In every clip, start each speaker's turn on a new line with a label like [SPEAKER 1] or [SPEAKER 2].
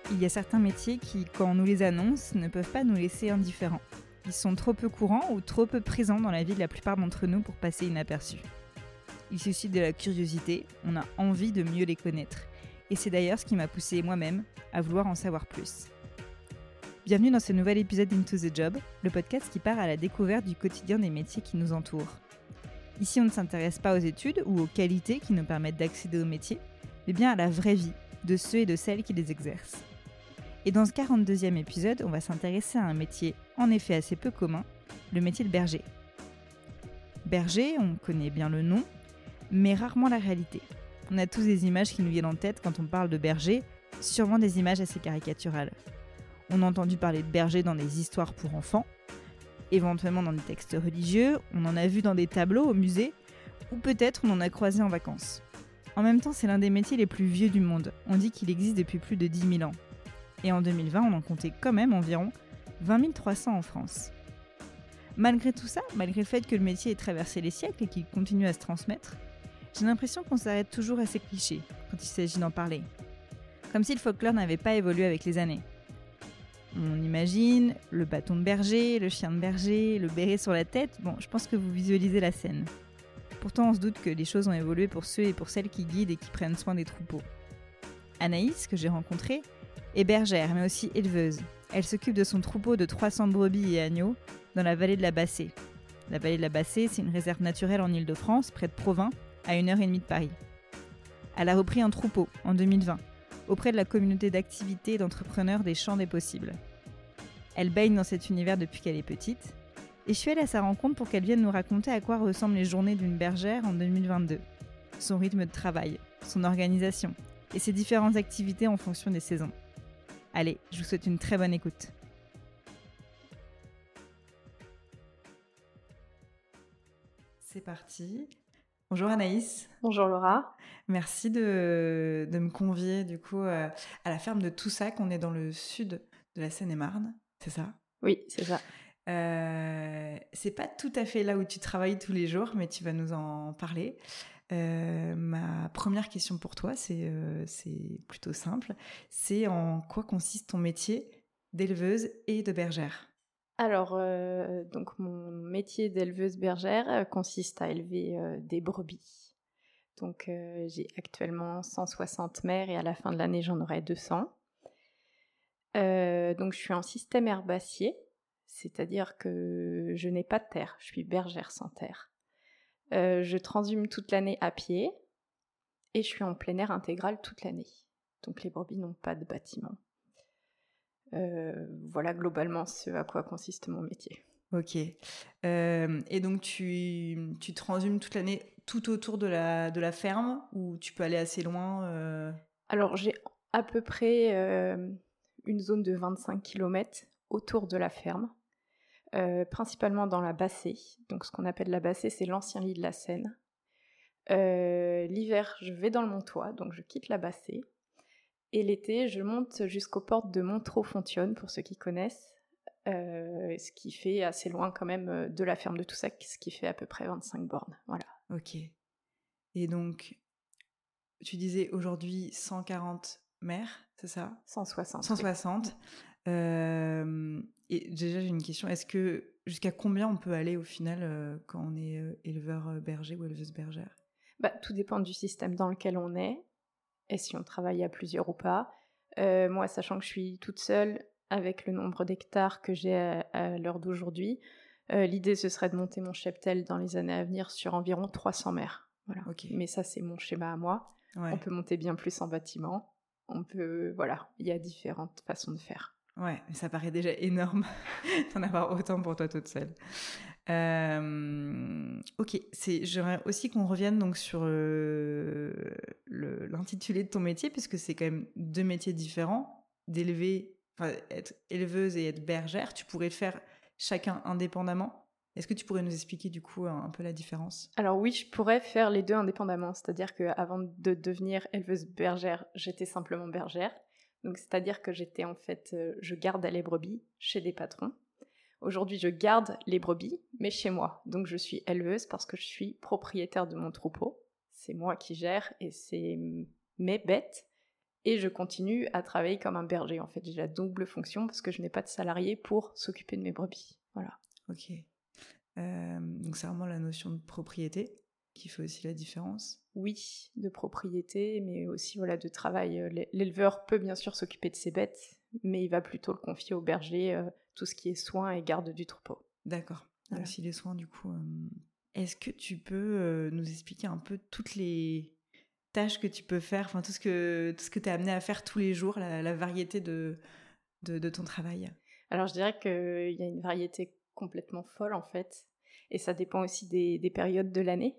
[SPEAKER 1] Il y a certains métiers qui, quand on nous les annonce, ne peuvent pas nous laisser indifférents. Ils sont trop peu courants ou trop peu présents dans la vie de la plupart d'entre nous pour passer inaperçus. Ils suscitent de la curiosité, on a envie de mieux les connaître. Et c'est d'ailleurs ce qui m'a poussée moi-même à vouloir en savoir plus. Bienvenue dans ce nouvel épisode d'Into the Job, le podcast qui part à la découverte du quotidien des métiers qui nous entourent. Ici, on ne s'intéresse pas aux études ou aux qualités qui nous permettent d'accéder aux métiers, mais bien à la vraie vie de ceux et de celles qui les exercent. Et dans ce 42e épisode, on va s'intéresser à un métier en effet assez peu commun, le métier de berger. Berger, on connaît bien le nom, mais rarement la réalité. On a tous des images qui nous viennent en tête quand on parle de berger, sûrement des images assez caricaturales. On a entendu parler de berger dans des histoires pour enfants, éventuellement dans des textes religieux, on en a vu dans des tableaux au musée, ou peut-être on en a croisé en vacances. En même temps, c'est l'un des métiers les plus vieux du monde. On dit qu'il existe depuis plus de 10 000 ans. Et en 2020, on en comptait quand même environ 20 300 en France. Malgré tout ça, malgré le fait que le métier ait traversé les siècles et qu'il continue à se transmettre, j'ai l'impression qu'on s'arrête toujours à ces clichés quand il s'agit d'en parler. Comme si le folklore n'avait pas évolué avec les années. On imagine le bâton de berger, le chien de berger, le béret sur la tête. Bon, je pense que vous visualisez la scène. Pourtant, on se doute que les choses ont évolué pour ceux et pour celles qui guident et qui prennent soin des troupeaux. Anaïs, que j'ai rencontrée, est bergère, mais aussi éleveuse. Elle s'occupe de son troupeau de 300 brebis et agneaux dans la vallée de la Bassée. La vallée de la Bassée, c'est une réserve naturelle en Île-de-France, près de Provins, à 1h30 de Paris. Elle a repris un troupeau en 2020, auprès de la communauté d'activités et d'entrepreneurs des champs des possibles. Elle baigne dans cet univers depuis qu'elle est petite, et je suis allée à sa rencontre pour qu'elle vienne nous raconter à quoi ressemblent les journées d'une bergère en 2022, son rythme de travail, son organisation, et ses différentes activités en fonction des saisons. Allez, je vous souhaite une très bonne écoute. C'est parti. Bonjour Anaïs.
[SPEAKER 2] Bonjour Laura.
[SPEAKER 1] Merci de me convier du coup à la ferme de Toussac. On est dans le sud de la Seine-et-Marne, c'est ça ?
[SPEAKER 2] Oui, c'est ça.
[SPEAKER 1] C'est pas tout à fait là où tu travailles tous les jours, mais tu vas nous en parler. Ma première question pour toi, c'est plutôt simple. C'est en quoi consiste ton métier d'éleveuse et de bergère ?
[SPEAKER 2] Alors, donc mon métier d'éleveuse bergère consiste à élever des brebis. Donc, j'ai actuellement 160 mères et à la fin de l'année, j'en aurai 200. Donc, je suis en système herbacier, c'est-à-dire que je n'ai pas de terre. Je suis bergère sans terre. Je transhume toute l'année à pied et je suis en plein air intégral toute l'année. Donc, les brebis n'ont pas de bâtiment. Voilà globalement ce à quoi consiste mon métier.
[SPEAKER 1] Ok. Et donc tu transhumes toute l'année tout autour de la ferme ou tu peux aller assez loin
[SPEAKER 2] Alors j'ai à peu près une zone de 25 km autour de la ferme, principalement dans la Bassée. Donc ce qu'on appelle la Bassée, c'est l'ancien lit de la Seine. L'hiver, je vais dans le Montois, donc je quitte la Bassée. Et l'été, je monte jusqu'aux portes de Montreux-Fontionne, pour ceux qui connaissent, ce qui fait assez loin quand même de la ferme de Toussac, ce qui fait à peu près 25 bornes. Voilà.
[SPEAKER 1] Ok. Et donc, tu disais aujourd'hui 140 mères, c'est ça ?
[SPEAKER 2] 160.
[SPEAKER 1] 160. Oui. Et déjà, j'ai une question. Jusqu'à combien on peut aller au final quand on est éleveur berger ou éleveuse bergère ?
[SPEAKER 2] Tout dépend du système dans lequel on est. Et si on travaille à plusieurs ou pas. Moi, sachant que je suis toute seule, avec le nombre d'hectares que j'ai à l'heure d'aujourd'hui, l'idée, ce serait de monter mon cheptel dans les années à venir sur environ 300 mères. Voilà. Okay. Mais ça, c'est mon schéma à moi. Ouais. On peut monter bien plus en bâtiment. Voilà, il y a différentes façons de faire.
[SPEAKER 1] Ouais, ça paraît déjà énorme d'en avoir autant pour toi toute seule. Ok, j'aimerais aussi qu'on revienne donc sur l'intitulé de ton métier, puisque c'est quand même deux métiers différents, être éleveuse et être bergère. Tu pourrais le faire chacun indépendamment. Est-ce que tu pourrais nous expliquer du coup un peu la différence ?
[SPEAKER 2] Alors oui, je pourrais faire les deux indépendamment, c'est-à-dire qu'avant de devenir éleveuse bergère, j'étais simplement bergère. Donc c'est-à-dire que je gardais les brebis chez des patrons. Aujourd'hui, je garde les brebis, mais chez moi. Donc, je suis éleveuse parce que je suis propriétaire de mon troupeau. C'est moi qui gère et c'est mes bêtes. Et je continue à travailler comme un berger. En fait, j'ai la double fonction parce que je n'ai pas de salarié pour s'occuper de mes brebis. Voilà.
[SPEAKER 1] Ok. Donc c'est vraiment la notion de propriété qui fait aussi la différence.
[SPEAKER 2] Oui, de propriété, mais aussi voilà, de travail. L'éleveur peut bien sûr s'occuper de ses bêtes, mais il va plutôt le confier au berger, tout ce qui est soins et garde du troupeau.
[SPEAKER 1] D'accord. Il y a
[SPEAKER 2] Voilà.
[SPEAKER 1] aussi les soins du coup. Est-ce que tu peux nous expliquer un peu toutes les tâches que tu peux faire, enfin tout ce que tu es amené à faire tous les jours, la variété de ton travail?
[SPEAKER 2] Alors je dirais qu'il y a une variété complètement folle en fait, et ça dépend aussi des périodes de l'année.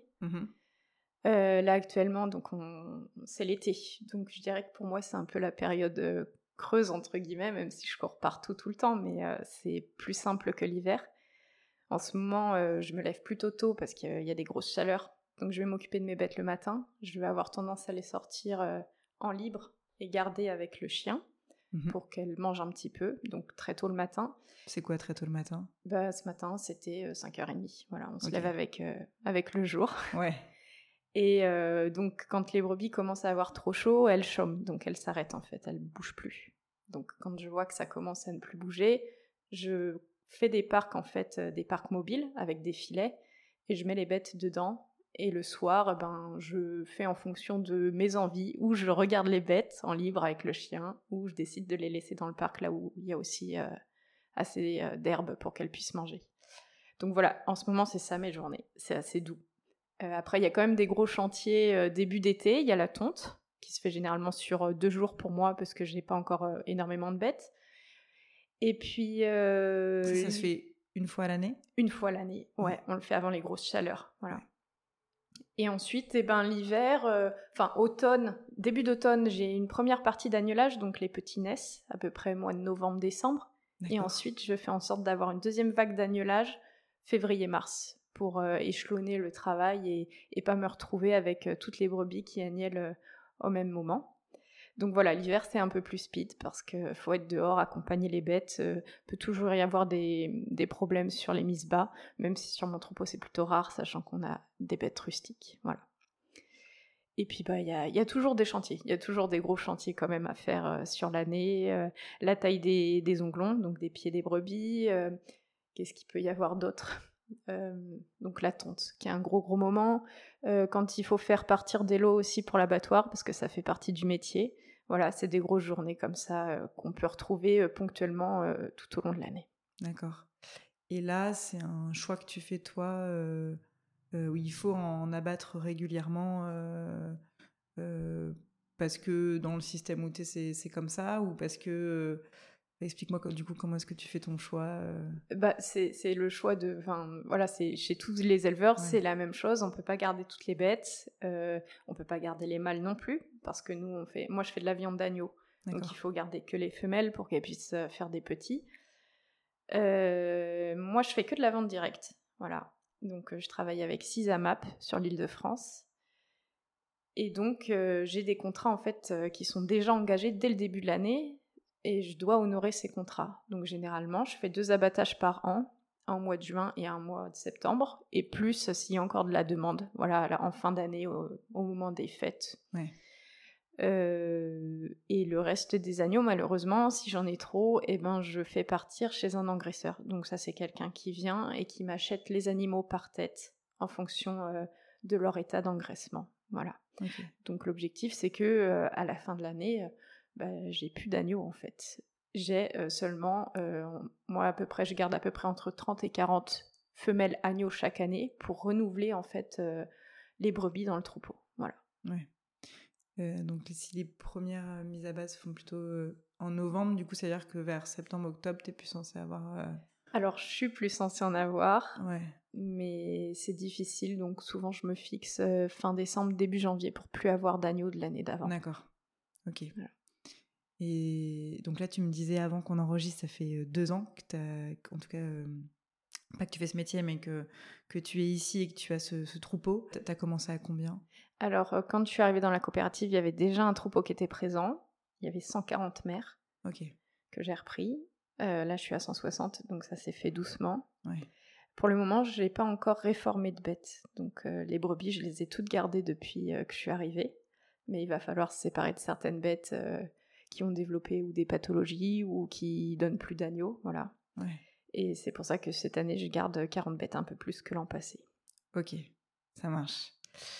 [SPEAKER 2] Là actuellement, donc c'est l'été, donc je dirais que pour moi c'est un peu la période creuse entre guillemets, même si je cours partout tout le temps, mais c'est plus simple que l'hiver. En ce moment, je me lève plutôt tôt parce qu'il y a des grosses chaleurs, donc je vais m'occuper de mes bêtes le matin. Je vais avoir tendance à les sortir en libre et garder avec le chien pour qu'elles mangent un petit peu, donc très tôt le matin.
[SPEAKER 1] C'est quoi très tôt le matin?
[SPEAKER 2] Bah, ce matin, c'était 5h30. Voilà, on se
[SPEAKER 1] Ok.
[SPEAKER 2] lève avec le jour.
[SPEAKER 1] Ouais.
[SPEAKER 2] Et donc, quand les brebis commencent à avoir trop chaud, elles chôment. Donc, elles s'arrêtent en fait, elles ne bougent plus. Donc, quand je vois que ça commence à ne plus bouger, je fais des parcs en fait, des parcs mobiles avec des filets, et je mets les bêtes dedans. Et le soir, ben, je fais en fonction de mes envies, ou je regarde les bêtes en libre avec le chien, ou je décide de les laisser dans le parc là où il y a aussi assez d'herbe pour qu'elles puissent manger. Donc voilà, en ce moment, c'est ça mes journées. C'est assez doux. Après, il y a quand même des gros chantiers début d'été. Il y a la tonte, qui se fait généralement sur 2 jours pour moi, parce que je n'ai pas encore énormément de bêtes. Et puis...
[SPEAKER 1] Ça se fait une fois à l'année?
[SPEAKER 2] Une fois l'année, ouais. On le fait avant les grosses chaleurs, voilà.
[SPEAKER 1] Ouais.
[SPEAKER 2] Et ensuite, l'hiver, automne, début d'automne, j'ai une première partie d'agnelage, donc les petits naissent, à peu près mois de novembre-décembre.
[SPEAKER 1] D'accord.
[SPEAKER 2] Et ensuite, je fais en sorte d'avoir une deuxième vague d'agnelage, février-mars, pour échelonner le travail et pas me retrouver avec toutes les brebis qui agnellent au même moment. Donc voilà, l'hiver c'est un peu plus speed parce qu'il faut être dehors, accompagner les bêtes. Peut toujours y avoir des problèmes sur les mises bas, même si sur mon troupeau c'est plutôt rare, sachant qu'on a des bêtes rustiques. Voilà. Et puis il y a toujours des chantiers, il y a toujours des gros chantiers quand même à faire sur l'année. La taille des onglons, donc des pieds des brebis. Qu'est-ce qu'il peut y avoir d'autre? Donc la tonte, qui est un gros moment. Quand il faut faire partir des lots aussi pour l'abattoir, parce que ça fait partie du métier. Voilà, c'est des grosses journées comme ça qu'on peut retrouver ponctuellement tout au long de l'année.
[SPEAKER 1] D'accord. Et là, c'est un choix que tu fais toi, où il faut en abattre régulièrement parce que dans le système où tu es, c'est comme ça, ou parce que... explique-moi du coup comment est-ce que tu fais ton choix
[SPEAKER 2] C'est le choix de... Enfin, voilà, c'est chez tous les éleveurs,
[SPEAKER 1] Ouais.
[SPEAKER 2] c'est la même chose. On peut pas garder toutes les bêtes. On peut pas garder les mâles non plus, parce que nous, moi, je fais de la viande d'agneau.
[SPEAKER 1] D'accord.
[SPEAKER 2] Donc il faut garder que les femelles pour qu'elles puissent faire des petits. Moi, je fais que de la vente directe. Voilà. Donc je travaille avec 6 AMAP sur l'Île-de-France. Et donc j'ai des contrats en fait qui sont déjà engagés dès le début de l'année, et je dois honorer ces contrats. Donc généralement, je fais 2 abattages par an, un au mois de juin et un au mois de septembre, et plus s'il y a encore de la demande, voilà, là, en fin d'année, au moment des fêtes.
[SPEAKER 1] Ouais.
[SPEAKER 2] Et le reste des agneaux, malheureusement, si j'en ai trop, je fais partir chez un engraisseur. Donc ça, c'est quelqu'un qui vient et qui m'achète les animaux par tête en fonction de leur état d'engraissement. Voilà.
[SPEAKER 1] Okay.
[SPEAKER 2] Donc l'objectif, c'est que à la fin de l'année, j'ai plus d'agneaux en fait. J'ai seulement, moi à peu près, je garde à peu près entre 30 et 40 femelles agneaux chaque année pour renouveler en fait les brebis dans le troupeau. Voilà.
[SPEAKER 1] Ouais. Donc si les premières mises à bas se font plutôt en novembre, du coup ça veut dire que vers septembre-octobre, t'es plus censé avoir...
[SPEAKER 2] Alors je suis plus censée en avoir,
[SPEAKER 1] ouais.
[SPEAKER 2] Mais c'est difficile, donc souvent je me fixe fin décembre, début janvier pour plus avoir d'agneaux de l'année d'avant.
[SPEAKER 1] D'accord, ok.
[SPEAKER 2] Voilà.
[SPEAKER 1] Et donc là tu me disais avant qu'on enregistre, ça fait 2 ans que t'as, en tout cas, pas que tu fais ce métier, mais que tu es ici et que tu as ce troupeau. T'as commencé à combien ?
[SPEAKER 2] Alors quand je suis arrivée dans la coopérative, il y avait déjà un troupeau qui était présent, il y avait 140 mères que j'ai repris. Là je suis à 160, donc ça s'est fait doucement.
[SPEAKER 1] Ouais.
[SPEAKER 2] Pour le moment, je n'ai pas encore réformé de bêtes. Donc les brebis, je les ai toutes gardées depuis que je suis arrivée. Mais il va falloir se séparer de certaines bêtes qui ont développé ou des pathologies ou qui donnent plus d'agneaux, voilà.
[SPEAKER 1] Ouais.
[SPEAKER 2] Et c'est pour ça que cette année, je garde 40 bêtes, un peu plus que l'an passé.
[SPEAKER 1] Ok, ça marche.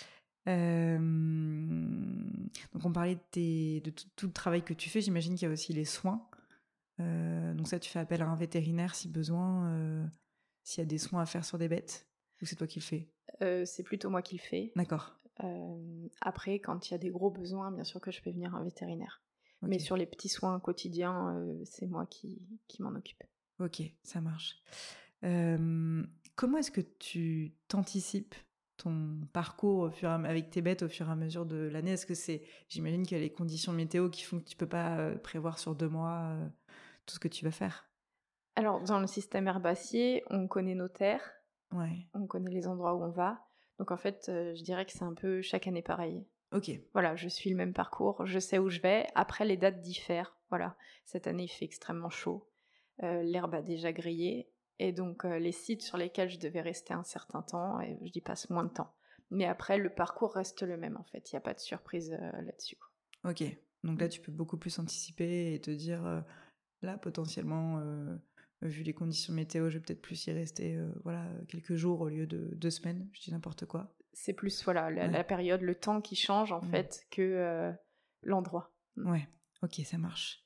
[SPEAKER 1] Donc on parlait de tout le travail que tu fais, j'imagine qu'il y a aussi les soins. Donc ça, tu fais appel à un vétérinaire si besoin, s'il y a des soins à faire sur des bêtes, ou c'est toi qui le fais?
[SPEAKER 2] C'est plutôt moi qui le fais.
[SPEAKER 1] D'accord.
[SPEAKER 2] Après, quand il y a des gros besoins, bien sûr que je fais venir un vétérinaire.
[SPEAKER 1] Ok.
[SPEAKER 2] Mais sur les petits soins quotidiens, c'est moi qui m'en occupe.
[SPEAKER 1] Ok, ça marche. Comment est-ce que tu t'anticipes ton parcours avec tes bêtes au fur et à mesure de l'année? Est-ce que j'imagine qu'il y a les conditions météo qui font que tu peux pas prévoir sur 2 mois tout ce que tu vas faire?
[SPEAKER 2] Alors, dans le système herbacier, on connaît nos terres,
[SPEAKER 1] Ouais.
[SPEAKER 2] on connaît les endroits où on va. Donc en fait, je dirais que c'est un peu chaque année pareil.
[SPEAKER 1] Ok.
[SPEAKER 2] Voilà, je suis le même parcours, je sais où je vais. Après, les dates diffèrent. Voilà, cette année, il fait extrêmement chaud. L'herbe a déjà grillé. Et donc, les sites sur lesquels je devais rester un certain temps, j'y passe moins de temps. Mais après, le parcours reste le même, en fait. Il n'y a pas de surprise là-dessus.
[SPEAKER 1] Ok. Donc là, tu peux beaucoup plus anticiper et te dire, là, potentiellement, vu les conditions météo, je vais peut-être plus y rester quelques jours au lieu de 2 semaines. Je dis n'importe quoi.
[SPEAKER 2] C'est plus, voilà,
[SPEAKER 1] Ouais.
[SPEAKER 2] la période, le temps qui change, en fait, que l'endroit.
[SPEAKER 1] Ouais, ok, ça marche.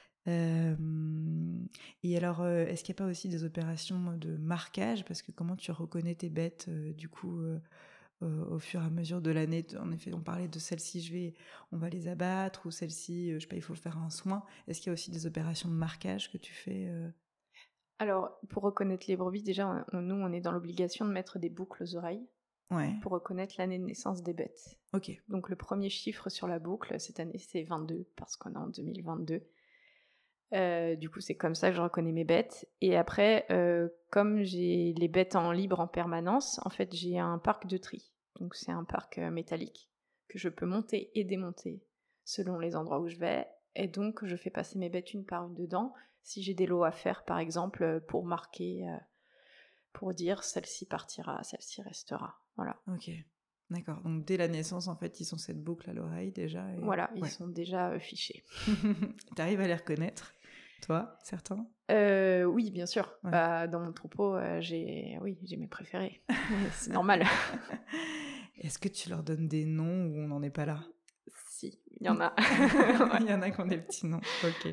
[SPEAKER 1] Et alors, est-ce qu'il n'y a pas aussi des opérations de marquage? Parce que comment tu reconnais tes bêtes, du coup, au fur et à mesure de l'année? En effet, on parlait de celles-ci, on va les abattre, ou celles-ci, je sais pas, il faut faire un soin. Est-ce qu'il y a aussi des opérations de marquage que tu fais?
[SPEAKER 2] Alors, pour reconnaître les brebis, déjà, nous, on est dans l'obligation de mettre des boucles aux oreilles
[SPEAKER 1] Ouais,
[SPEAKER 2] pour reconnaître l'année de naissance des bêtes.
[SPEAKER 1] ok.
[SPEAKER 2] Donc, le premier chiffre sur la boucle, cette année, c'est 22, parce qu'on est en 2022. Du coup, c'est comme ça que je reconnais mes bêtes. Et après, comme j'ai les bêtes en libre en permanence, en fait, j'ai un parc de tri. Donc, c'est un parc métallique que je peux monter et démonter selon les endroits où je vais. Et donc, je fais passer mes bêtes une par une dedans. Si j'ai des lots à faire, par exemple, pour marquer, pour dire celle-ci partira, celle-ci restera. Voilà.
[SPEAKER 1] Ok, d'accord. Donc dès la naissance, en fait, ils ont cette boucle à l'oreille déjà.
[SPEAKER 2] Voilà, ils
[SPEAKER 1] Ouais.
[SPEAKER 2] sont déjà fichés.
[SPEAKER 1] T'arrives à les reconnaître, toi, certains?
[SPEAKER 2] Oui, bien sûr.
[SPEAKER 1] Ouais.
[SPEAKER 2] Bah, dans mon troupeau, j'ai mes préférés. C'est normal.
[SPEAKER 1] Est-ce que tu leur donnes des noms ou on n'en est pas là?
[SPEAKER 2] Si, il y en a.
[SPEAKER 1] Il y en a qui ont des petits noms. Ok.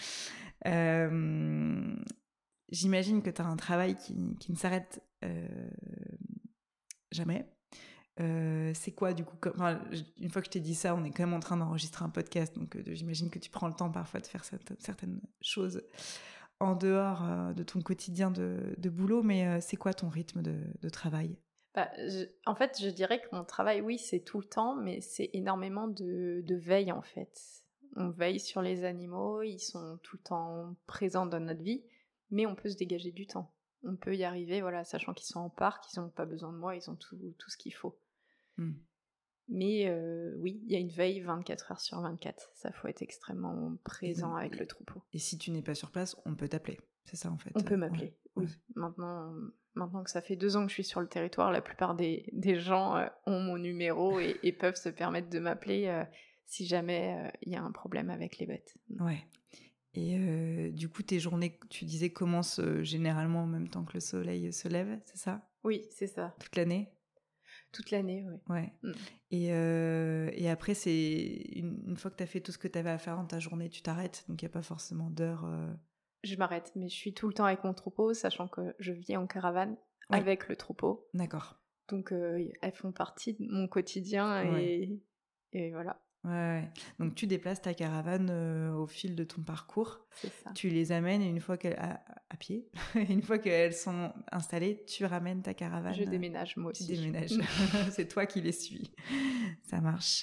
[SPEAKER 1] J'imagine que tu as un travail qui ne s'arrête jamais. C'est quoi du coup une fois que je t'ai dit ça, on est quand même en train d'enregistrer un podcast, donc j'imagine que tu prends le temps parfois de faire certaines choses en dehors de ton quotidien de boulot, mais c'est quoi ton rythme de travail?
[SPEAKER 2] Bah, en fait, je dirais que mon travail, oui, c'est tout le temps, mais c'est énormément de veille, en fait. On veille sur les animaux, ils sont tout le temps présents dans notre vie, mais on peut se dégager du temps. On peut y arriver, voilà, sachant qu'ils sont en parc, ils n'ont pas besoin de moi, ils ont tout ce qu'il faut. Mais oui, il y a une veille 24 heures sur 24. Ça, faut être extrêmement présent avec le troupeau.
[SPEAKER 1] Et si tu n'es pas sur place, on peut t'appeler. C'est ça, en fait.
[SPEAKER 2] On peut m'appeler, oui. Ouais. Maintenant que ça fait 2 ans que je suis sur le territoire, la plupart des gens ont mon numéro et peuvent se permettre de m'appeler si jamais il y a un problème avec les bêtes.
[SPEAKER 1] Ouais. Et du coup, tes journées, tu disais, commencent généralement en même temps que le soleil se lève, c'est ça?
[SPEAKER 2] Oui, c'est ça.
[SPEAKER 1] Toute l'année?
[SPEAKER 2] Toute l'année, oui.
[SPEAKER 1] Ouais. Et après, c'est une fois que tu as fait tout ce que tu avais à faire dans ta journée, tu t'arrêtes, donc il n'y a pas forcément d'heure.
[SPEAKER 2] Je m'arrête, mais je suis tout le temps avec mon troupeau, sachant que je vis en caravane avec le troupeau.
[SPEAKER 1] D'accord.
[SPEAKER 2] Donc elles font partie de mon quotidien et voilà.
[SPEAKER 1] Ouais. Donc tu déplaces ta caravane au fil de ton parcours.
[SPEAKER 2] C'est ça.
[SPEAKER 1] Tu les amènes et une fois à pied, une fois qu'elles sont installées, tu ramènes ta caravane.
[SPEAKER 2] Je déménage moi aussi.
[SPEAKER 1] Tu déménages. C'est toi qui les suis. Ça marche.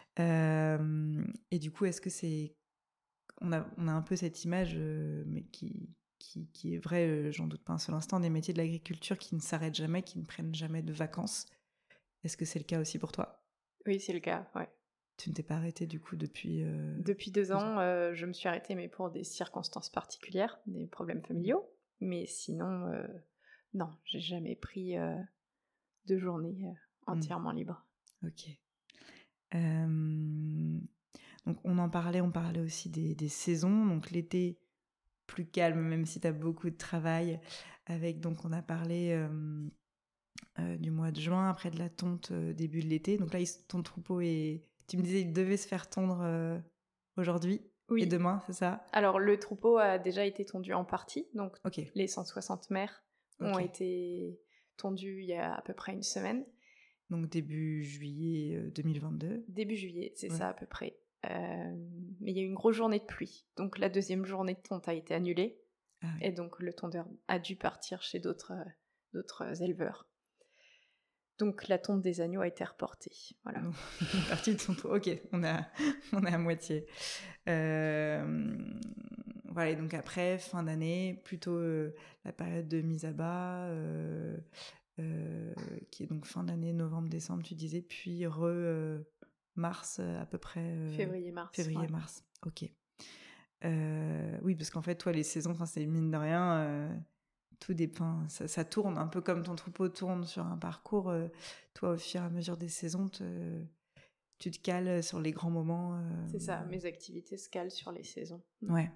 [SPEAKER 1] Et du coup, est-ce que c'est... On a un peu cette image, mais qui est vraie, j'en doute pas un seul instant, des métiers de l'agriculture qui ne s'arrêtent jamais, qui ne prennent jamais de vacances. Est-ce que c'est le cas aussi pour toi?
[SPEAKER 2] Oui, c'est le cas, ouais.
[SPEAKER 1] Tu ne t'es pas arrêtée du coup depuis...
[SPEAKER 2] Depuis 2 ans, je me suis arrêtée, mais pour des circonstances particulières, des problèmes familiaux. Mais sinon, non, j'ai jamais pris de journée entièrement libre.
[SPEAKER 1] Ok. Donc on parlait aussi des saisons. Donc l'été, plus calme, même si tu as beaucoup de travail. Donc on a parlé du mois de juin, après de la tonte début de l'été. Donc là, ton troupeau tu me disais, il devait se faire tondre aujourd'hui et demain, c'est ça?
[SPEAKER 2] Alors le troupeau a déjà été tondu en partie. Donc les 160 mères ont été tondues il y a à peu près une semaine.
[SPEAKER 1] Donc début juillet 2022.
[SPEAKER 2] Début juillet, c'est ça à peu près. Mais il y a eu une grosse journée de pluie. Donc la deuxième journée de tonte a été annulée. Ah oui. Et donc le tondeur a dû partir chez d'autres éleveurs. Donc la tonte des agneaux a été reportée. Voilà.
[SPEAKER 1] Une partie de son tour. Ok, on est à moitié. Voilà, et donc après, fin d'année, plutôt la période de mise à bas, qui est donc fin d'année, novembre-décembre, tu disais, puis mars à peu près.
[SPEAKER 2] Février-mars.
[SPEAKER 1] Février-mars, ok. Oui, parce qu'en fait, toi, les saisons, c'est mine de rien, tout dépend, ça tourne, un peu comme ton troupeau tourne sur un parcours. Toi, au fur et à mesure des saisons, tu te cales sur les grands moments.
[SPEAKER 2] C'est ça, mes activités se calent sur les saisons.
[SPEAKER 1] Ouais.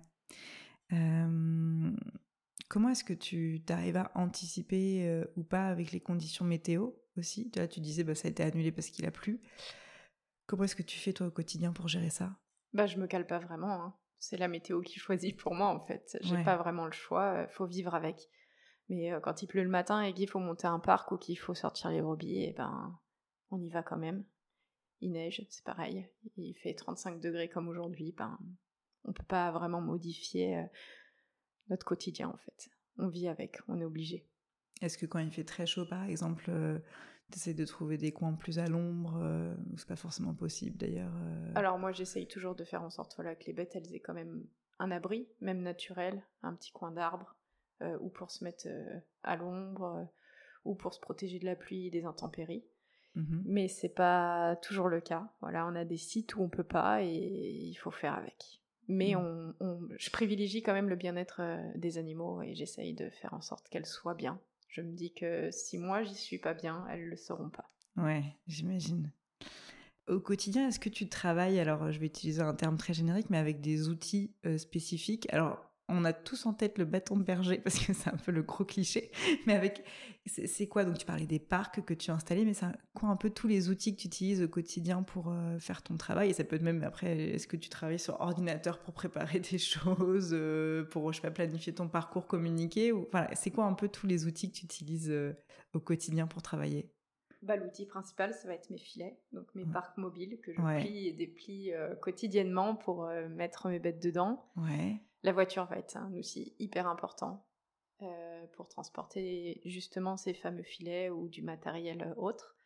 [SPEAKER 1] Comment est-ce que tu t'arrives à anticiper ou pas avec les conditions météo aussi? Là, tu disais ça a été annulé parce qu'il a plu. Comment est-ce que tu fais toi au quotidien pour gérer ça?
[SPEAKER 2] Je me cale pas vraiment. Hein. C'est la météo qui choisit pour moi en fait. J'ai pas vraiment le choix. Faut vivre avec. Mais quand il pleut le matin et qu'il faut monter un parc ou qu'il faut sortir les brebis, on y va quand même. Il neige, c'est pareil. Il fait 35 degrés comme aujourd'hui. On peut pas vraiment modifier notre quotidien en fait. On vit avec, on est obligé.
[SPEAKER 1] Est-ce que quand il fait très chaud par exemple, t'essayes de trouver des coins plus à l'ombre ou c'est pas forcément possible d'ailleurs
[SPEAKER 2] Alors moi j'essaye toujours de faire en sorte que les bêtes elles aient quand même un abri, même naturel, un petit coin d'arbre, ou pour se mettre à l'ombre, ou pour se protéger de la pluie et des intempéries. Mais c'est pas toujours le cas. Voilà, on a des sites où on peut pas et il faut faire avec. Mais je privilégie quand même le bien-être des animaux et j'essaye de faire en sorte qu'elles soient bien. Je me dis que si moi j'y suis pas bien, elles le seront pas.
[SPEAKER 1] Ouais, j'imagine. Au quotidien, est-ce que tu travailles, alors je vais utiliser un terme très générique, mais avec des outils spécifiques? Alors, on a tous en tête le bâton de berger, parce que c'est un peu le gros cliché, mais c'est quoi? Donc tu parlais des parcs que tu as installés, mais c'est quoi un peu tous les outils que tu utilises au quotidien pour faire ton travail? Et ça peut être même, après, est-ce que tu travailles sur ordinateur pour préparer des choses, pour, je sais pas, planifier ton parcours, communiquer voilà, c'est quoi un peu tous les outils que tu utilises au quotidien pour travailler?
[SPEAKER 2] L'outil principal, ça va être mes filets, donc mes parcs mobiles que je plie et déplie quotidiennement pour mettre mes bêtes dedans.
[SPEAKER 1] Ouais.
[SPEAKER 2] La voiture va être un outil hyper important pour transporter justement ces fameux filets ou du matériel autre.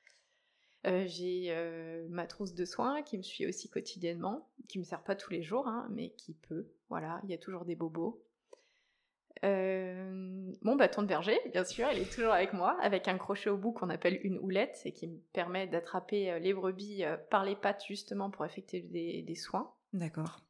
[SPEAKER 2] J'ai ma trousse de soins qui me suit aussi quotidiennement, qui me sert pas tous les jours, hein, mais qui peut. Voilà, il y a toujours des bobos. Mon bâton de berger, bien sûr, il est toujours avec moi, avec un crochet au bout qu'on appelle une houlette et qui me permet d'attraper les brebis par les pattes justement pour effectuer des soins.
[SPEAKER 1] D'accord.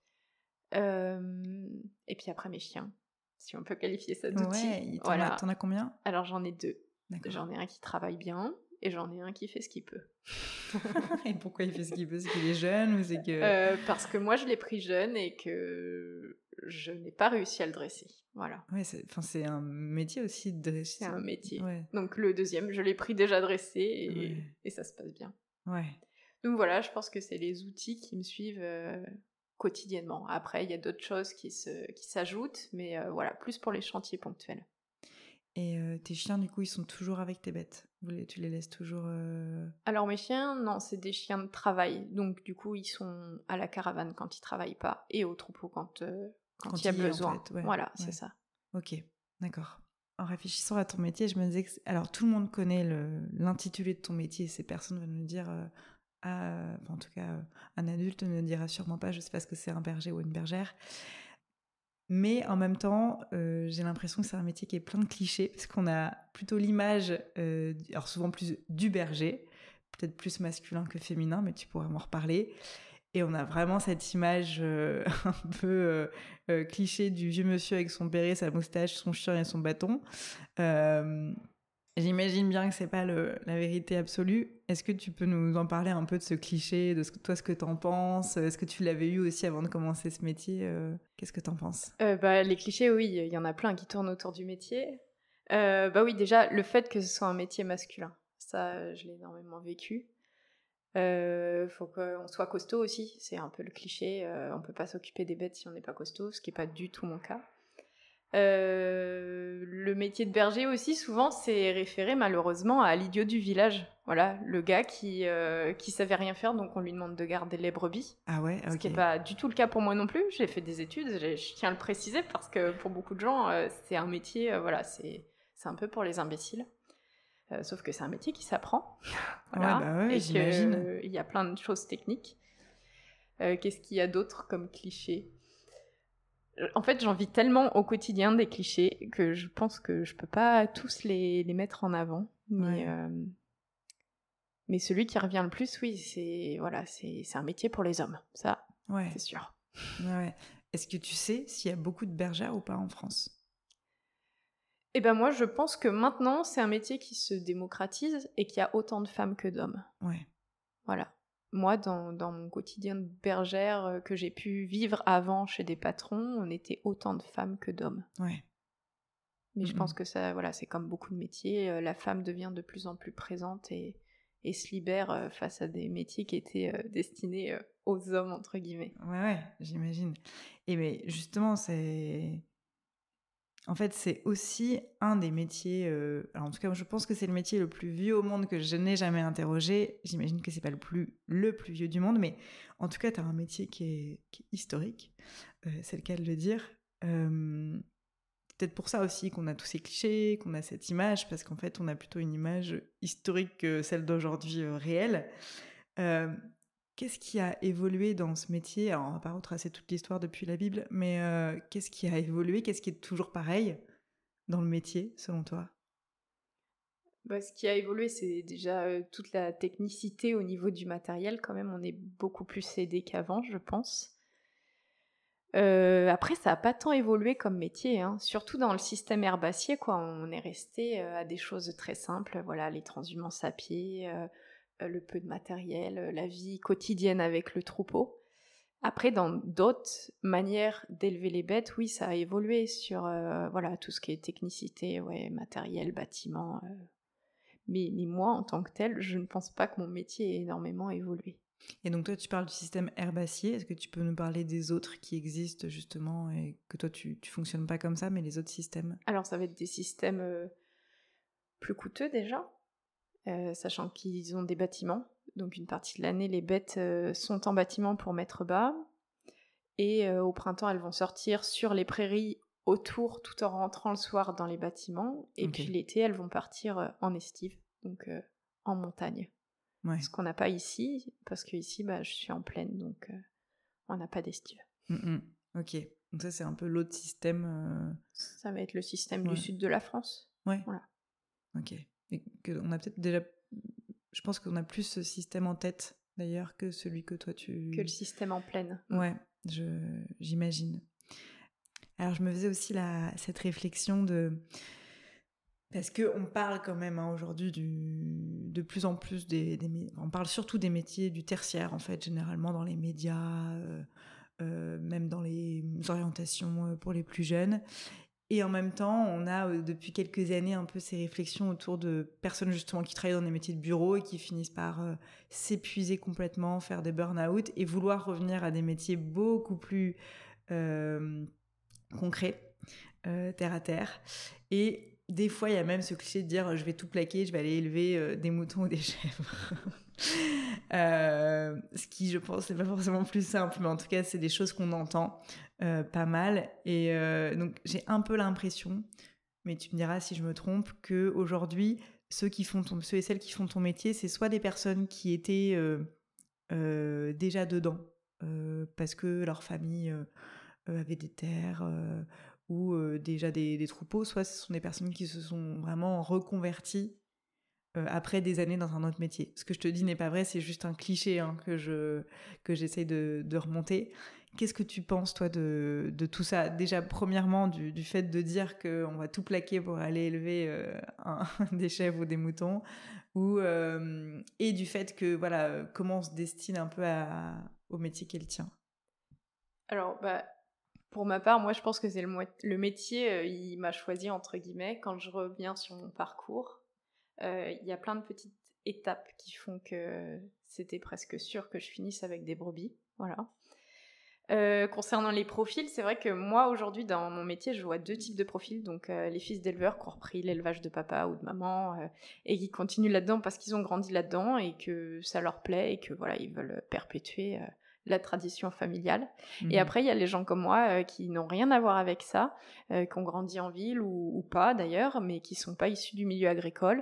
[SPEAKER 2] Et puis après mes chiens, si on peut qualifier ça d'outil.
[SPEAKER 1] Ouais, t'en as combien?
[SPEAKER 2] Alors j'en ai 2.
[SPEAKER 1] D'accord.
[SPEAKER 2] J'en ai un qui travaille bien et j'en ai un qui fait ce qu'il peut.
[SPEAKER 1] Et pourquoi il fait ce qu'il peut? C'est qu'il est jeune ou c'est que...
[SPEAKER 2] Parce que moi je l'ai pris jeune et que je n'ai pas réussi à le dresser. Voilà.
[SPEAKER 1] Ouais, c'est un métier aussi de dresser.
[SPEAKER 2] C'est un métier.
[SPEAKER 1] Ouais.
[SPEAKER 2] Donc le deuxième, je l'ai pris déjà dressé et ça se passe bien.
[SPEAKER 1] Ouais.
[SPEAKER 2] Donc voilà, je pense que c'est les outils qui me suivent quotidiennement. Après, il y a d'autres choses qui s'ajoutent, mais voilà, plus pour les chantiers ponctuels.
[SPEAKER 1] Et tes chiens, du coup, ils sont toujours avec tes bêtes? Tu les laisses toujours...
[SPEAKER 2] Alors mes chiens, non, c'est des chiens de travail. Donc du coup, ils sont à la caravane quand ils travaillent pas et au troupeau quand il y a besoin. En fait, voilà, c'est ça.
[SPEAKER 1] Ok, d'accord. En réfléchissant à ton métier, je me disais que... Alors, tout le monde connaît l'intitulé de ton métier. Ces personnes vont nous dire... en tout cas, un adulte ne dira sûrement pas « je sais pas ce que c'est un berger ou une bergère ». Mais en même temps, j'ai l'impression que c'est un métier qui est plein de clichés, parce qu'on a plutôt l'image, alors souvent plus du berger, peut-être plus masculin que féminin, mais tu pourrais m'en reparler. Et on a vraiment cette image un peu cliché du vieux monsieur avec son béret, sa moustache, son chien et son bâton. J'imagine bien que c'est pas la vérité absolue. Est-ce que tu peux nous en parler un peu de ce cliché, de ce que t'en penses? Est-ce que tu l'avais eu aussi avant de commencer ce métier? Qu'est-ce que t'en penses?
[SPEAKER 2] Les clichés, oui, il y en a plein qui tournent autour du métier. Oui, déjà, le fait que ce soit un métier masculin, ça, je l'ai énormément vécu. Faut qu'on soit costaud aussi, c'est un peu le cliché. On peut pas s'occuper des bêtes si on n'est pas costaud, ce qui est pas du tout mon cas. Le métier de berger aussi, souvent, c'est référé malheureusement à l'idiot du village. Voilà, le gars qui savait rien faire, donc on lui demande de garder les brebis.
[SPEAKER 1] Ah ouais, ok.
[SPEAKER 2] Ce qui n'est pas du tout le cas pour moi non plus. J'ai fait des études, je tiens à le préciser, parce que pour beaucoup de gens, c'est un métier, voilà, c'est un peu pour les imbéciles. Sauf que c'est un métier qui s'apprend. Voilà.
[SPEAKER 1] Ouais, bah ouais,
[SPEAKER 2] et
[SPEAKER 1] j'imagine.
[SPEAKER 2] qu'il y a plein de choses techniques. Qu'est-ce qu'il y a d'autre comme cliché? En fait, j'en vis tellement au quotidien des clichés que je pense que je peux pas tous les mettre en avant. Mais celui qui revient le plus, oui, c'est un métier pour les hommes. Ça,
[SPEAKER 1] Ouais.
[SPEAKER 2] c'est sûr.
[SPEAKER 1] Ouais. Est-ce que tu sais s'il y a beaucoup de bergères ou pas en France?
[SPEAKER 2] Eh ben moi, je pense que maintenant, c'est un métier qui se démocratise et qu'il y a autant de femmes que d'hommes.
[SPEAKER 1] Ouais.
[SPEAKER 2] Voilà. Moi, dans mon quotidien de bergère que j'ai pu vivre avant chez des patrons, on était autant de femmes que d'hommes.
[SPEAKER 1] Ouais.
[SPEAKER 2] Mais je pense que ça, voilà, c'est comme beaucoup de métiers, la femme devient de plus en plus présente et se libère face à des métiers qui étaient destinés aux hommes, entre guillemets.
[SPEAKER 1] Ouais, j'imagine. Et mais justement, en fait, c'est aussi un des métiers... Alors en tout cas, je pense que c'est le métier le plus vieux au monde que je n'ai jamais interrogé. J'imagine que c'est pas le plus vieux du monde, mais en tout cas, tu as un métier qui est historique. C'est le cas de le dire. Peut-être pour ça aussi qu'on a tous ces clichés, qu'on a cette image, parce qu'en fait, on a plutôt une image historique que celle d'aujourd'hui réelle. Qu'est-ce qui a évolué dans ce métier? Alors, on va pas retracer toute l'histoire depuis la Bible, mais qu'est-ce qui a évolué? Qu'est-ce qui est toujours pareil dans le métier, selon toi?
[SPEAKER 2] Ce qui a évolué, c'est déjà toute la technicité au niveau du matériel. Quand même, on est beaucoup plus aidé qu'avant, je pense. Après, ça n'a pas tant évolué comme métier, hein. Surtout dans le système herbacier, quoi. On est resté à des choses très simples, voilà, les transhumances à pied, le peu de matériel, la vie quotidienne avec le troupeau. Après, dans d'autres manières d'élever les bêtes, oui, ça a évolué sur voilà, tout ce qui est technicité, ouais, matériel, bâtiment. Mais moi, en tant que tel, je ne pense pas que mon métier ait énormément évolué.
[SPEAKER 1] Et donc toi, tu parles du système herbacier. Est-ce que tu peux nous parler des autres qui existent justement et que toi, tu fonctionnes pas comme ça, mais les autres systèmes?
[SPEAKER 2] Alors, ça va être des systèmes plus coûteux déjà, sachant qu'ils ont des bâtiments. Donc, une partie de l'année, les bêtes sont en bâtiment pour mettre bas. Et au printemps, elles vont sortir sur les prairies autour, tout en rentrant le soir dans les bâtiments. Et puis l'été, elles vont partir en estive, donc en montagne.
[SPEAKER 1] Ouais.
[SPEAKER 2] Ce qu'on n'a pas ici, parce que ici, je suis en plaine, donc on n'a pas d'estive.
[SPEAKER 1] Ok, donc ça c'est un peu l'autre système.
[SPEAKER 2] Ça va être le système du sud de la France.
[SPEAKER 1] Ouais.
[SPEAKER 2] Voilà.
[SPEAKER 1] Ok. Et on a peut-être déjà... Je pense qu'on a plus ce système en tête, d'ailleurs, que celui que toi tu...
[SPEAKER 2] Que le système en plaine.
[SPEAKER 1] Ouais, j'imagine. Alors je me faisais aussi cette réflexion de... Parce qu'on parle quand même aujourd'hui de plus en plus on parle surtout des métiers du tertiaire, en fait, généralement dans les médias, même dans les orientations pour les plus jeunes. Et en même temps, on a depuis quelques années un peu ces réflexions autour de personnes justement qui travaillent dans des métiers de bureau et qui finissent par s'épuiser complètement, faire des burn-out et vouloir revenir à des métiers beaucoup plus concrets, terre à terre. Et des fois, il y a même ce cliché de dire je vais tout plaquer, je vais aller élever des moutons ou des chèvres. Ce qui, je pense, n'est pas forcément plus simple, mais en tout cas, c'est des choses qu'on entend pas mal. Et donc, j'ai un peu l'impression, mais tu me diras si je me trompe, qu'aujourd'hui, ceux et celles qui font ton métier, c'est soit des personnes qui étaient déjà dedans, parce que leur famille avait des terres ou déjà des troupeaux, soit ce sont des personnes qui se sont vraiment reconverties après des années dans un autre métier. Ce que je te dis n'est pas vrai, c'est juste un cliché que j'essaye de remonter. Qu'est-ce que tu penses, toi, de tout ça? Déjà, premièrement, du fait de dire qu'on va tout plaquer pour aller élever des chèvres ou des moutons, et du fait que, voilà, comment on se destine un peu au métier qui est le tien.
[SPEAKER 2] Alors, pour ma part, moi, je pense que c'est le métier, il m'a choisi, entre guillemets. Quand je reviens sur mon parcours, il y a plein de petites étapes qui font que c'était presque sûr que je finisse avec des brebis. Voilà. Concernant les profils, c'est vrai que moi, aujourd'hui, dans mon métier, je vois 2 types de profils. Donc, les fils d'éleveurs qui ont repris l'élevage de papa ou de maman et qui continuent là-dedans parce qu'ils ont grandi là-dedans et que ça leur plaît et que, voilà, ils veulent perpétuer la tradition familiale. Et après, il y a les gens comme moi qui n'ont rien à voir avec ça, qui ont grandi en ville ou pas d'ailleurs, mais qui sont pas issus du milieu agricole.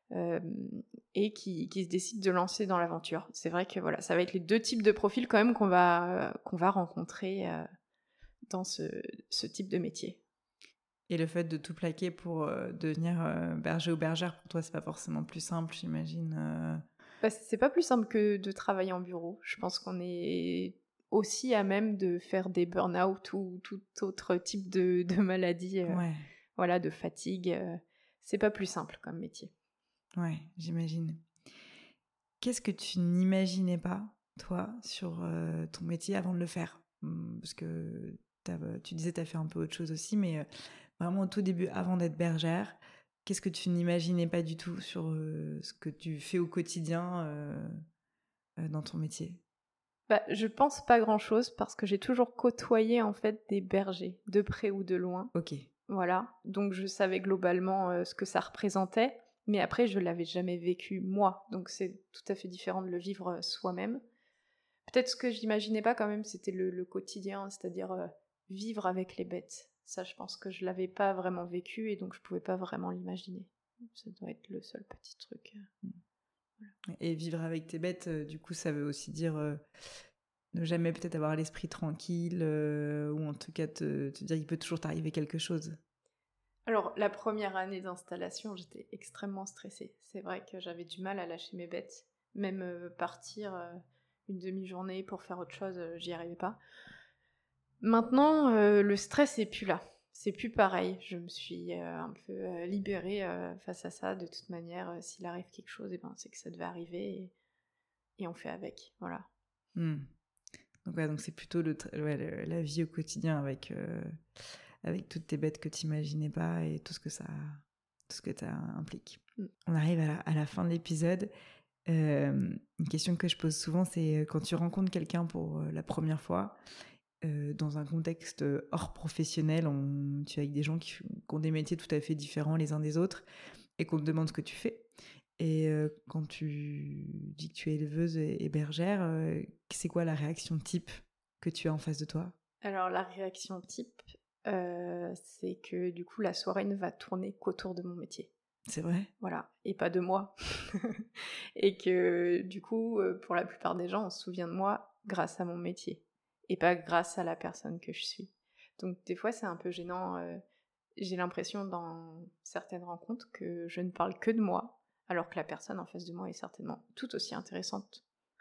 [SPEAKER 2] Et qui se décident de lancer dans l'aventure. C'est vrai que voilà, ça va être les 2 types de profils quand même qu'on va rencontrer dans ce type de métier.
[SPEAKER 1] Et le fait de tout plaquer pour devenir berger ou bergère, pour toi, c'est pas forcément plus simple, j'imagine.
[SPEAKER 2] C'est pas plus simple que de travailler en bureau. Je pense qu'on est aussi à même de faire des burn-out ou tout autre type de maladie, voilà, de fatigue. C'est pas plus simple comme métier.
[SPEAKER 1] Ouais, j'imagine. Qu'est-ce que tu n'imaginais pas, toi, sur ton métier avant de le faire? Parce que tu disais que tu as fait un peu autre chose aussi, mais vraiment au tout début, avant d'être bergère, qu'est-ce que tu n'imaginais pas du tout sur ce que tu fais au quotidien dans ton métier?
[SPEAKER 2] Je pense pas grand-chose parce que j'ai toujours côtoyé en fait des bergers, de près ou de loin.
[SPEAKER 1] Ok.
[SPEAKER 2] Voilà, donc je savais globalement ce que ça représentait, mais après je l'avais jamais vécu moi, donc c'est tout à fait différent de le vivre soi-même. Peut-être ce que j'imaginais pas quand même, c'était le quotidien, c'est-à-dire vivre avec les bêtes. Ça, je pense que je l'avais pas vraiment vécu et donc je pouvais pas vraiment l'imaginer. Ça doit être le seul petit truc.
[SPEAKER 1] Voilà. Et vivre avec tes bêtes, du coup, ça veut aussi dire ne jamais peut-être avoir l'esprit tranquille, ou en tout cas te dire qu'il peut toujours t'arriver quelque chose.
[SPEAKER 2] Alors, la première année d'installation, j'étais extrêmement stressée. C'est vrai que j'avais du mal à lâcher mes bêtes. Même partir une demi-journée pour faire autre chose, j'y arrivais pas. Maintenant, le stress est plus là. C'est plus pareil. Je me suis un peu libérée face à ça. De toute manière, s'il arrive quelque chose, c'est que ça devait arriver et on fait avec. Voilà.
[SPEAKER 1] Donc c'est plutôt la vie au quotidien avec toutes tes bêtes que tu n'imaginais pas et tout ce que ça implique. On arrive à la fin de l'épisode. Une question que je pose souvent, c'est quand tu rencontres quelqu'un pour la première fois, dans un contexte hors professionnel, tu es avec des gens qui ont des métiers tout à fait différents les uns des autres et qu'on te demande ce que tu fais. Et quand tu dis que tu es éleveuse et bergère, c'est quoi la réaction type que tu as en face de toi?
[SPEAKER 2] Alors la réaction type, c'est que du coup la soirée ne va tourner qu'autour de mon métier.
[SPEAKER 1] C'est vrai?
[SPEAKER 2] Voilà, et pas de moi. Et que du coup, pour la plupart des gens, on se souvient de moi grâce à mon métier, et pas grâce à la personne que je suis. Donc des fois, c'est un peu gênant. J'ai l'impression dans certaines rencontres que je ne parle que de moi, alors que la personne en face de moi est certainement tout aussi intéressante.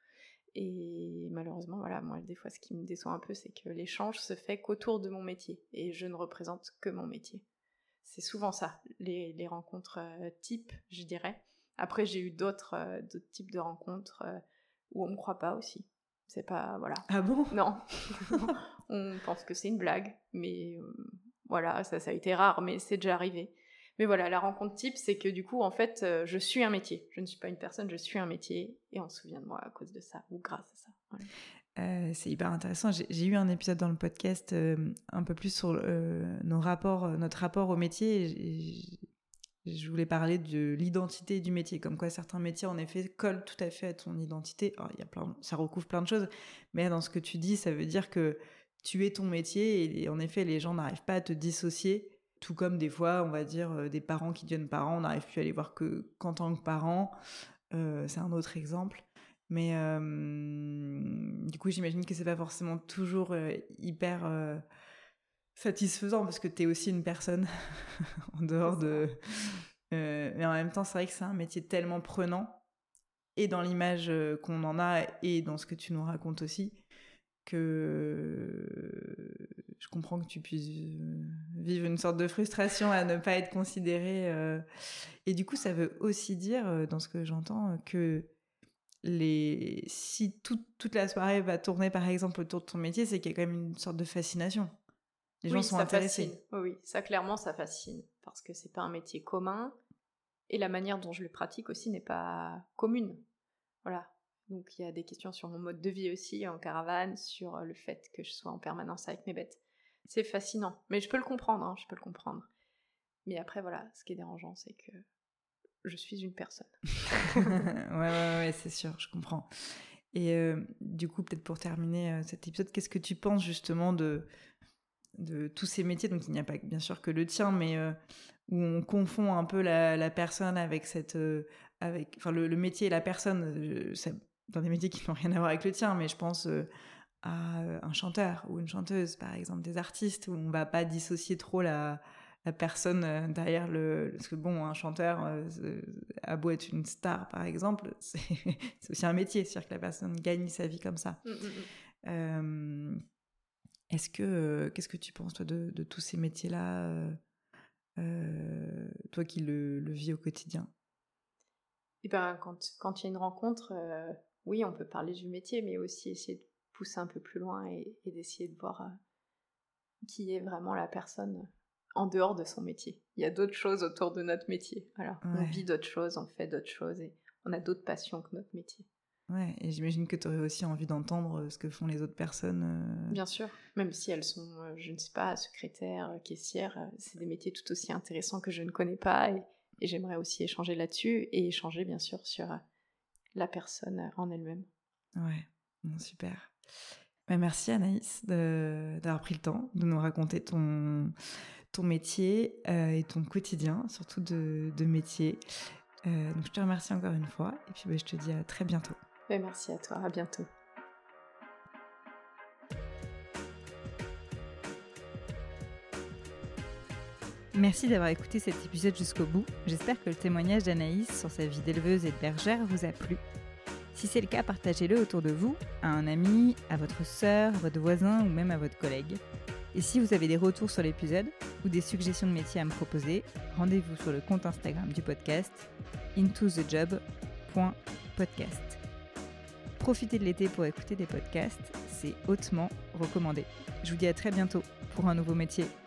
[SPEAKER 2] Et malheureusement, voilà, moi, des fois, ce qui me déçoit un peu, c'est que l'échange se fait qu'autour de mon métier, et je ne représente que mon métier. C'est souvent ça, les rencontres type, je dirais. Après, j'ai eu d'autres types de rencontres où on me croit pas aussi. C'est pas, voilà.
[SPEAKER 1] Ah bon?
[SPEAKER 2] Non. On pense que c'est une blague, mais voilà, ça a été rare, mais c'est déjà arrivé. Mais voilà, la rencontre type, c'est que du coup, en fait, je suis un métier. Je ne suis pas une personne, je suis un métier, et on se souvient de moi à cause de ça, ou grâce à ça. Voilà.
[SPEAKER 1] C'est hyper intéressant. J'ai eu un épisode dans le podcast un peu plus sur notre rapport au métier. Je voulais parler de l'identité du métier, comme quoi certains métiers, en effet, collent tout à fait à ton identité. Alors, ça recouvre plein de choses, mais dans ce que tu dis, ça veut dire que tu es ton métier et en effet, les gens n'arrivent pas à te dissocier. Tout comme des fois, on va dire, des parents qui deviennent parents, on n'arrive plus à les voir qu'en tant que parents. C'est un autre exemple. Mais du coup, j'imagine que c'est pas forcément toujours hyper satisfaisant parce que t'es aussi une personne en dehors de... mais en même temps, c'est vrai que c'est un métier tellement prenant, et dans l'image qu'on en a et dans ce que tu nous racontes aussi, je comprends que tu puisses vivre une sorte de frustration à ne pas être considéré. Et du coup, ça veut aussi dire, dans ce que j'entends, que si toute la soirée va tourner, par exemple, autour de ton métier, c'est qu'il y a quand même une sorte de fascination. Les gens sont intéressés.
[SPEAKER 2] Fascine. Oui, ça clairement, ça fascine. Parce que c'est pas un métier commun. Et la manière dont je le pratique aussi n'est pas commune. Voilà. Donc il y a des questions sur mon mode de vie aussi, en caravane, sur le fait que je sois en permanence avec mes bêtes. C'est fascinant. Mais je peux le comprendre, je peux le comprendre. Mais après, voilà, ce qui est dérangeant, c'est que je suis une personne.
[SPEAKER 1] ouais, c'est sûr, je comprends. Et du coup, peut-être pour terminer cet épisode, qu'est-ce que tu penses justement de tous ces métiers? Donc il n'y a pas bien sûr que le tien, mais où on confond un peu la personne avec le métier et la personne, dans des métiers qui n'ont rien à voir avec le tien, mais je pense à un chanteur ou une chanteuse, par exemple, des artistes, où on ne va pas dissocier trop la personne derrière parce que bon, un chanteur a beau être une star, par exemple, c'est aussi un métier, c'est-à-dire que la personne gagne sa vie comme ça. Qu'est-ce que tu penses, toi, de tous ces métiers-là, toi qui le vis au quotidien?
[SPEAKER 2] Et ben, quand il y a une rencontre, oui, on peut parler du métier, mais aussi essayer de pousser un peu plus loin et d'essayer de voir qui est vraiment la personne en dehors de son métier. Il y a d'autres choses autour de notre métier. Voilà. Ouais. On vit d'autres choses, on fait d'autres choses et on a d'autres passions que notre métier.
[SPEAKER 1] Ouais, et j'imagine que tu aurais aussi envie d'entendre ce que font les autres personnes.
[SPEAKER 2] Bien sûr, même si elles sont, je ne sais pas, secrétaires, caissières, c'est des métiers tout aussi intéressants que je ne connais pas et j'aimerais aussi échanger là-dessus et échanger bien sûr sur la personne en elle-même.
[SPEAKER 1] Ouais, bon, super. Merci Anaïs d'avoir pris le temps de nous raconter ton métier et ton quotidien, surtout de métier. Donc je te remercie encore une fois et puis je te dis à très bientôt.
[SPEAKER 2] Merci à toi, à bientôt.
[SPEAKER 1] Merci d'avoir écouté cet épisode jusqu'au bout. J'espère que le témoignage d'Anaïs sur sa vie d'éleveuse et de bergère vous a plu. Si c'est le cas, partagez-le autour de vous, à un ami, à votre sœur, à votre voisin ou même à votre collègue. Et si vous avez des retours sur l'épisode ou des suggestions de métiers à me proposer, rendez-vous sur le compte Instagram du podcast intothejob.podcast. Profitez de l'été pour écouter des podcasts, c'est hautement recommandé. Je vous dis à très bientôt pour un nouveau métier.